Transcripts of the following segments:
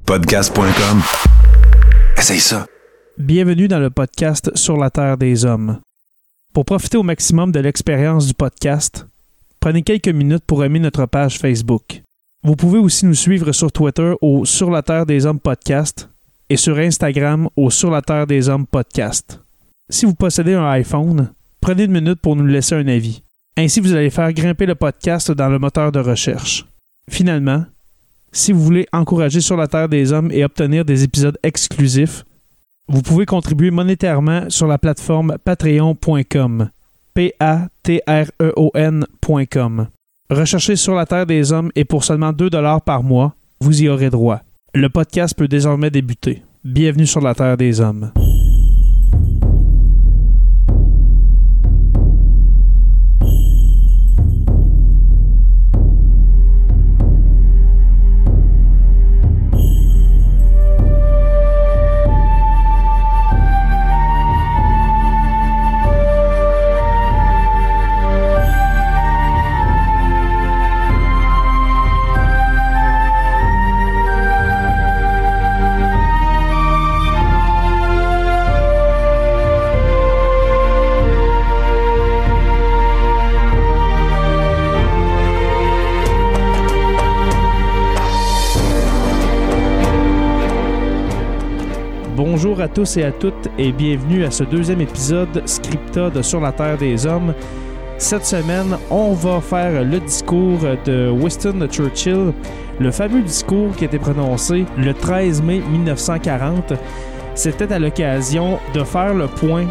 Podcast.com. Essaye ça. Bienvenue dans le podcast Sur la Terre des Hommes. Pour profiter au maximum de l'expérience du podcast, prenez quelques minutes pour aimer notre page Facebook. Vous pouvez aussi nous suivre sur Twitter au Sur la Terre des Hommes podcast et sur Instagram au Sur la Terre des Hommes podcast. Si vous possédez un iPhone, prenez une minute pour nous laisser un avis. Ainsi, vous allez faire grimper le podcast dans le moteur de recherche. Finalement, si vous voulez encourager Sur la Terre des Hommes et obtenir des épisodes exclusifs, vous pouvez contribuer monétairement sur la plateforme patreon.com. patreon.com. Recherchez Sur la Terre des Hommes et pour seulement 2$ par mois, vous y aurez droit. Le podcast peut désormais débuter. Bienvenue sur la Terre des Hommes. Bonjour à tous et à toutes et bienvenue à ce deuxième épisode Scripta de Sur la Terre des Hommes. Cette semaine, on va faire le discours de Winston Churchill, le fameux discours qui a été prononcé le 13 mai 1940. C'était à l'occasion de faire le point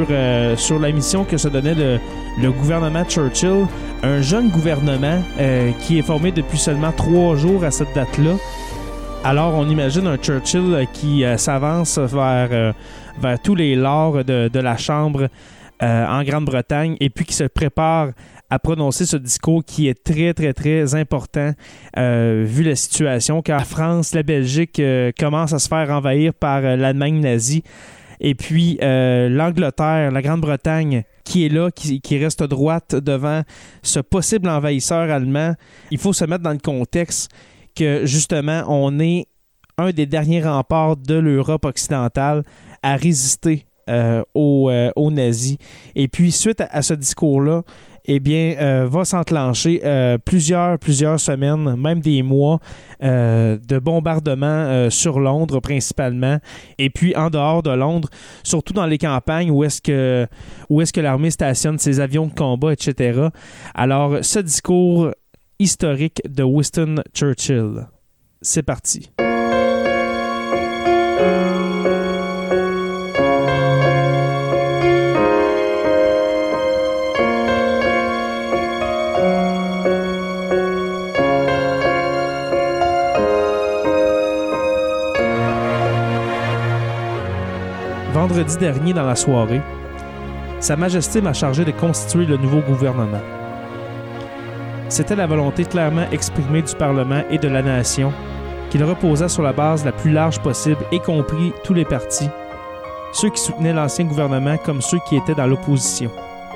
sur la mission que se donnait le gouvernement Churchill, un jeune gouvernement qui est formé depuis seulement 3 jours à cette date-là. Alors, on imagine un Churchill qui s'avance vers tous les lords de la Chambre en Grande-Bretagne et puis qui se prépare à prononcer ce discours qui est très, très, très important vu la situation quand la France, la Belgique commencent à se faire envahir par l'Allemagne nazie et puis l'Angleterre, la Grande-Bretagne qui est là, qui reste droite devant ce possible envahisseur allemand. Il faut se mettre dans le contexte que justement, on est un des derniers remparts de l'Europe occidentale à résister aux nazis. Et puis, suite à ce discours-là, eh bien, va s'enclencher plusieurs semaines, même des mois de bombardements sur Londres principalement. Et puis, en dehors de Londres, surtout dans les campagnes où est-ce que l'armée stationne ses avions de combat, etc. Alors, ce discours historique de Winston Churchill. C'est parti. Vendredi dernier dans la soirée, Sa Majesté m'a chargé de constituer le nouveau gouvernement. C'était la volonté clairement exprimée du Parlement et de la Nation, qu'il reposa sur la base la plus large possible, y compris tous les partis, ceux qui soutenaient l'ancien gouvernement comme ceux qui étaient dans l'opposition.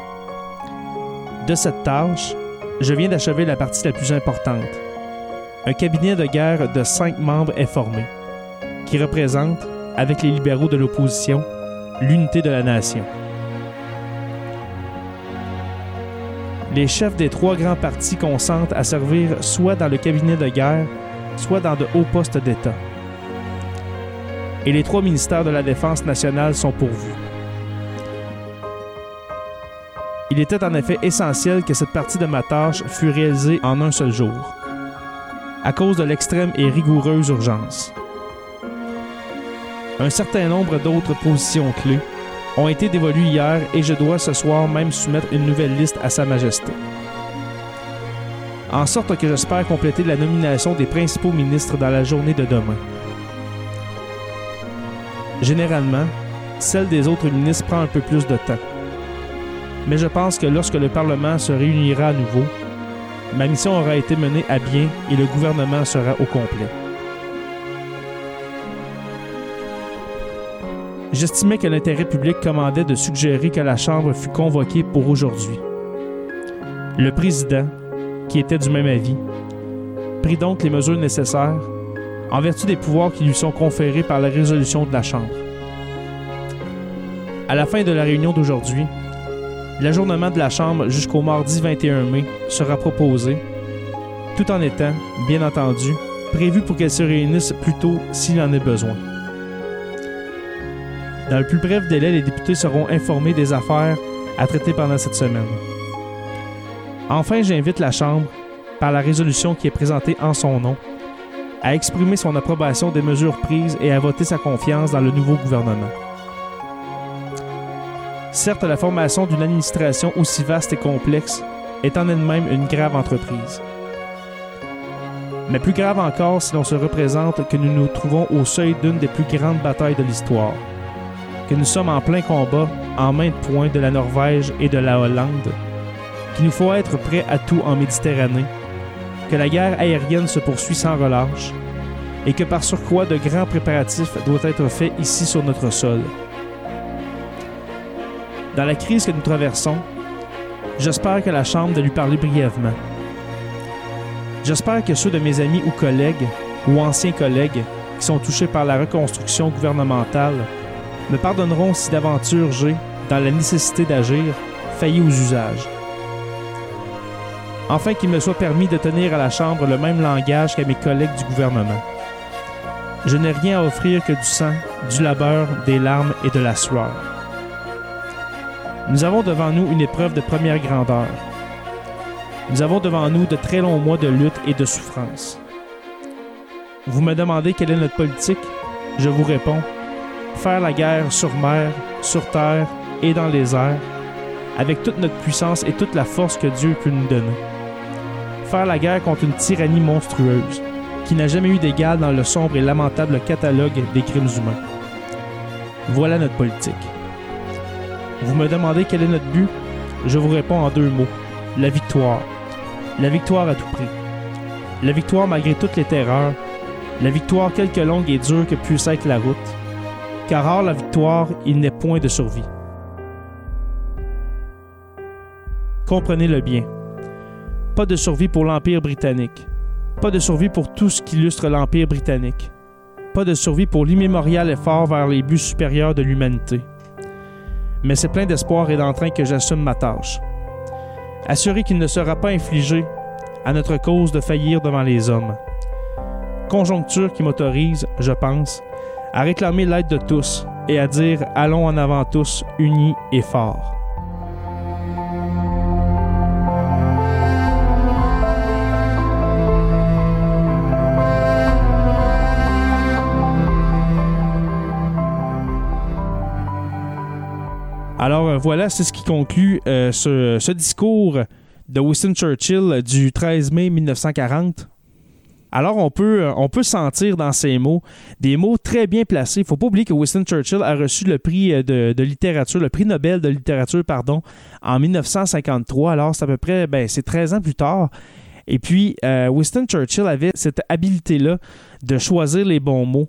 De cette tâche, je viens d'achever la partie la plus importante. Un cabinet de guerre de 5 membres est formé, qui représente, avec les libéraux de l'opposition, l'unité de la nation. Les chefs des 3 grands partis consentent à servir soit dans le cabinet de guerre, soit dans de hauts postes d'État. Et les 3 ministères de la Défense nationale sont pourvus. Il était en effet essentiel que cette partie de ma tâche fût réalisée en un seul jour, à cause de l'extrême et rigoureuse urgence. Un certain nombre d'autres positions clés ont été dévolues hier et je dois ce soir même soumettre une nouvelle liste à Sa Majesté. En sorte que j'espère compléter la nomination des principaux ministres dans la journée de demain. Généralement, celle des autres ministres prend un peu plus de temps. Mais je pense que lorsque le Parlement se réunira à nouveau, ma mission aura été menée à bien et le gouvernement sera au complet. J'estimais que l'intérêt public commandait de suggérer que la Chambre fût convoquée pour aujourd'hui. Le président, qui était du même avis, prit donc les mesures nécessaires, en vertu des pouvoirs qui lui sont conférés par la résolution de la Chambre. À la fin de la réunion d'aujourd'hui, l'ajournement de la Chambre jusqu'au mardi 21 mai sera proposé, tout en étant, bien entendu, prévu pour qu'elle se réunisse plus tôt s'il en est besoin. Dans le plus bref délai, les députés seront informés des affaires à traiter pendant cette semaine. Enfin, j'invite la Chambre, par la résolution qui est présentée en son nom, à exprimer son approbation des mesures prises et à voter sa confiance dans le nouveau gouvernement. Certes, la formation d'une administration aussi vaste et complexe est en elle-même une grave entreprise. Mais plus grave encore si l'on se représente que nous nous trouvons au seuil d'une des plus grandes batailles de l'histoire, que nous sommes en plein combat en main de poing de la Norvège et de la Hollande, qu'il nous faut être prêts à tout en Méditerranée, que la guerre aérienne se poursuit sans relâche et que par surcroît de grands préparatifs doivent être faits ici sur notre sol. Dans la crise que nous traversons, j'espère que la Chambre de lui parler brièvement. J'espère que ceux de mes amis ou collègues, ou anciens collègues, qui sont touchés par la reconstruction gouvernementale, me pardonneront si d'aventure j'ai, dans la nécessité d'agir, failli aux usages. Enfin qu'il me soit permis de tenir à la Chambre le même langage qu'à mes collègues du gouvernement. Je n'ai rien à offrir que du sang, du labeur, des larmes et de la sueur. Nous avons devant nous une épreuve de première grandeur. Nous avons devant nous de très longs mois de lutte et de souffrance. Vous me demandez quelle est notre politique? Je vous réponds, faire la guerre sur mer, sur terre et dans les airs, avec toute notre puissance et toute la force que Dieu peut nous donner. Faire la guerre contre une tyrannie monstrueuse, qui n'a jamais eu d'égal dans le sombre et lamentable catalogue des crimes humains. Voilà notre politique. Vous me demandez quel est notre but? Je vous réponds en 2 mots. La victoire. La victoire à tout prix. La victoire malgré toutes les terreurs. La victoire quelque longue et dure que puisse être la route. Car hors la victoire, il n'est point de survie. Comprenez-le bien. Pas de survie pour l'Empire britannique. Pas de survie pour tout ce qu'illustre l'Empire britannique. Pas de survie pour l'immémorial effort vers les buts supérieurs de l'humanité. Mais c'est plein d'espoir et d'entrain que j'assume ma tâche. Assurer qu'il ne sera pas infligé à notre cause de faillir devant les hommes. Conjoncture qui m'autorise, je pense, à réclamer l'aide de tous et à dire « Allons en avant tous, unis et forts ». Alors voilà, c'est ce qui conclut ce discours de Winston Churchill du 13 mai 1940. Alors on peut sentir dans ces mots des mots très bien placés. Il ne faut pas oublier que Winston Churchill a reçu le prix de littérature, le prix Nobel de littérature, en 1953. Alors c'est à peu près, c'est 13 ans plus tard. Et puis, Winston Churchill avait cette habilité-là de choisir les bons mots,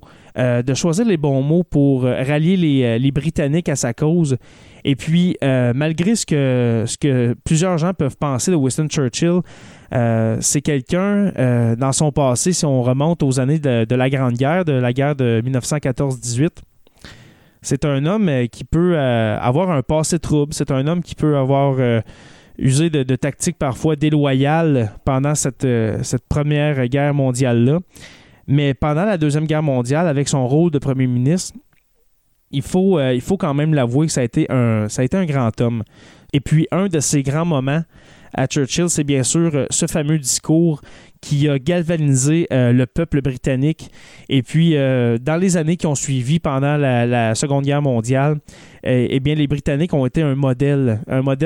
pour rallier les Britanniques à sa cause. Et puis, malgré ce que plusieurs gens peuvent penser de Winston Churchill, c'est quelqu'un, dans son passé, si on remonte aux années de la Grande Guerre, de la guerre de 1914-18, c'est un homme qui peut avoir un passé trouble. C'est un homme qui peut avoir usé de tactiques parfois déloyales pendant cette première guerre mondiale-là. Mais pendant la Deuxième Guerre mondiale, avec son rôle de premier ministre, il faut quand même l'avouer que ça a été un grand homme. Et puis, un de ses grands moments à Churchill, c'est bien sûr ce fameux discours qui a galvanisé le peuple britannique. Et puis, dans les années qui ont suivi pendant la Seconde Guerre mondiale, eh bien, les Britanniques ont été un modèle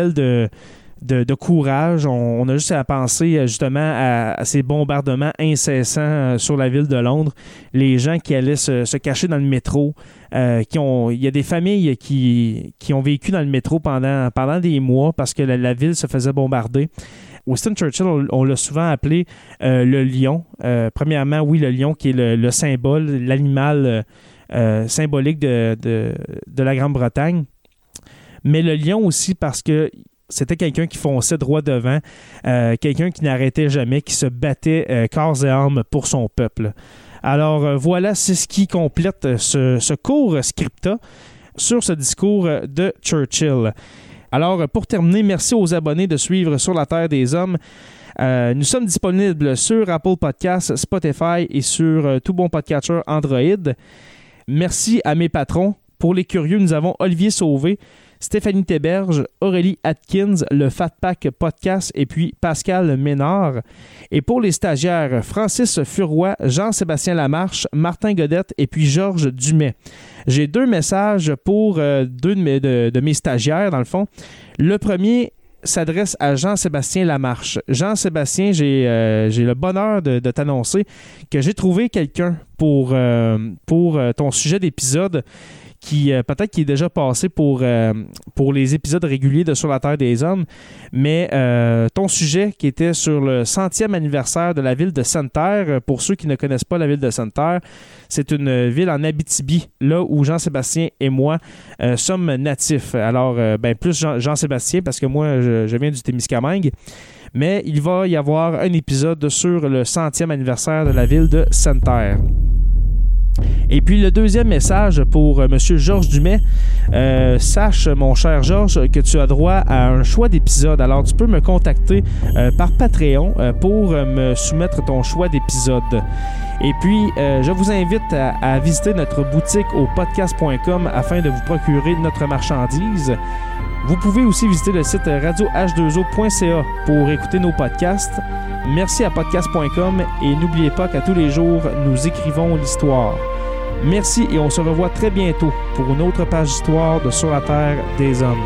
de courage. On a juste à penser justement à ces bombardements incessants sur la ville de Londres. Les gens qui allaient se cacher dans le métro. Il y a des familles qui ont vécu dans le métro pendant des mois parce que la ville se faisait bombarder. Winston Churchill, on l'a souvent appelé le lion. Premièrement, oui, le lion qui est le symbole, l'animal symbolique de la Grande-Bretagne. Mais le lion aussi parce que c'était quelqu'un qui fonçait droit devant, quelqu'un qui n'arrêtait jamais, qui se battait corps et âme pour son peuple. Alors voilà, c'est ce qui complète ce court scripta sur ce discours de Churchill. Alors pour terminer, merci aux abonnés de suivre Sur la Terre des Hommes. Nous sommes disponibles sur Apple Podcasts, Spotify et sur tout bon podcatcher Android. Merci à mes patrons. Pour les curieux, nous avons Olivier Sauvé, Stéphanie Théberge, Aurélie Atkins, le Fat Pack Podcast et puis Pascal Ménard. Et pour les stagiaires, Francis Furoy, Jean-Sébastien Lamarche, Martin Godette et puis Georges Dumais. J'ai 2 messages pour 2 de mes stagiaires, dans le fond. Le premier s'adresse à Jean-Sébastien Lamarche. Jean-Sébastien, j'ai le bonheur de t'annoncer que j'ai trouvé quelqu'un pour ton sujet d'épisode qui peut-être qui est déjà passé pour les épisodes réguliers de Sur la Terre des Hommes, mais ton sujet qui était sur le 100e anniversaire de la ville de Sainte-Terre, pour ceux qui ne connaissent pas la ville de Sainte-Terre, c'est une ville en Abitibi, là où Jean-Sébastien et moi sommes natifs. Alors, plus Jean-Sébastien, parce que moi, je viens du Témiscamingue, mais il va y avoir un épisode sur le 100e anniversaire de la ville de Sainte-Terre. Et puis le deuxième message pour M. Georges Dumais. Sache, mon cher Georges, que tu as droit à un choix d'épisode. Alors tu peux me contacter par Patreon pour me soumettre ton choix d'épisode. Et puis, je vous invite à visiter notre boutique au podcast.com afin de vous procurer notre marchandise. Vous pouvez aussi visiter le site radioh2o.ca pour écouter nos podcasts. Merci à podcast.com et n'oubliez pas qu'à tous les jours, nous écrivons l'histoire. Merci et on se revoit très bientôt pour une autre page d'histoire de Sur la Terre des Hommes.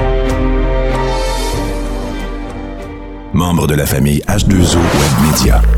Membre de la famille H2O Web Media.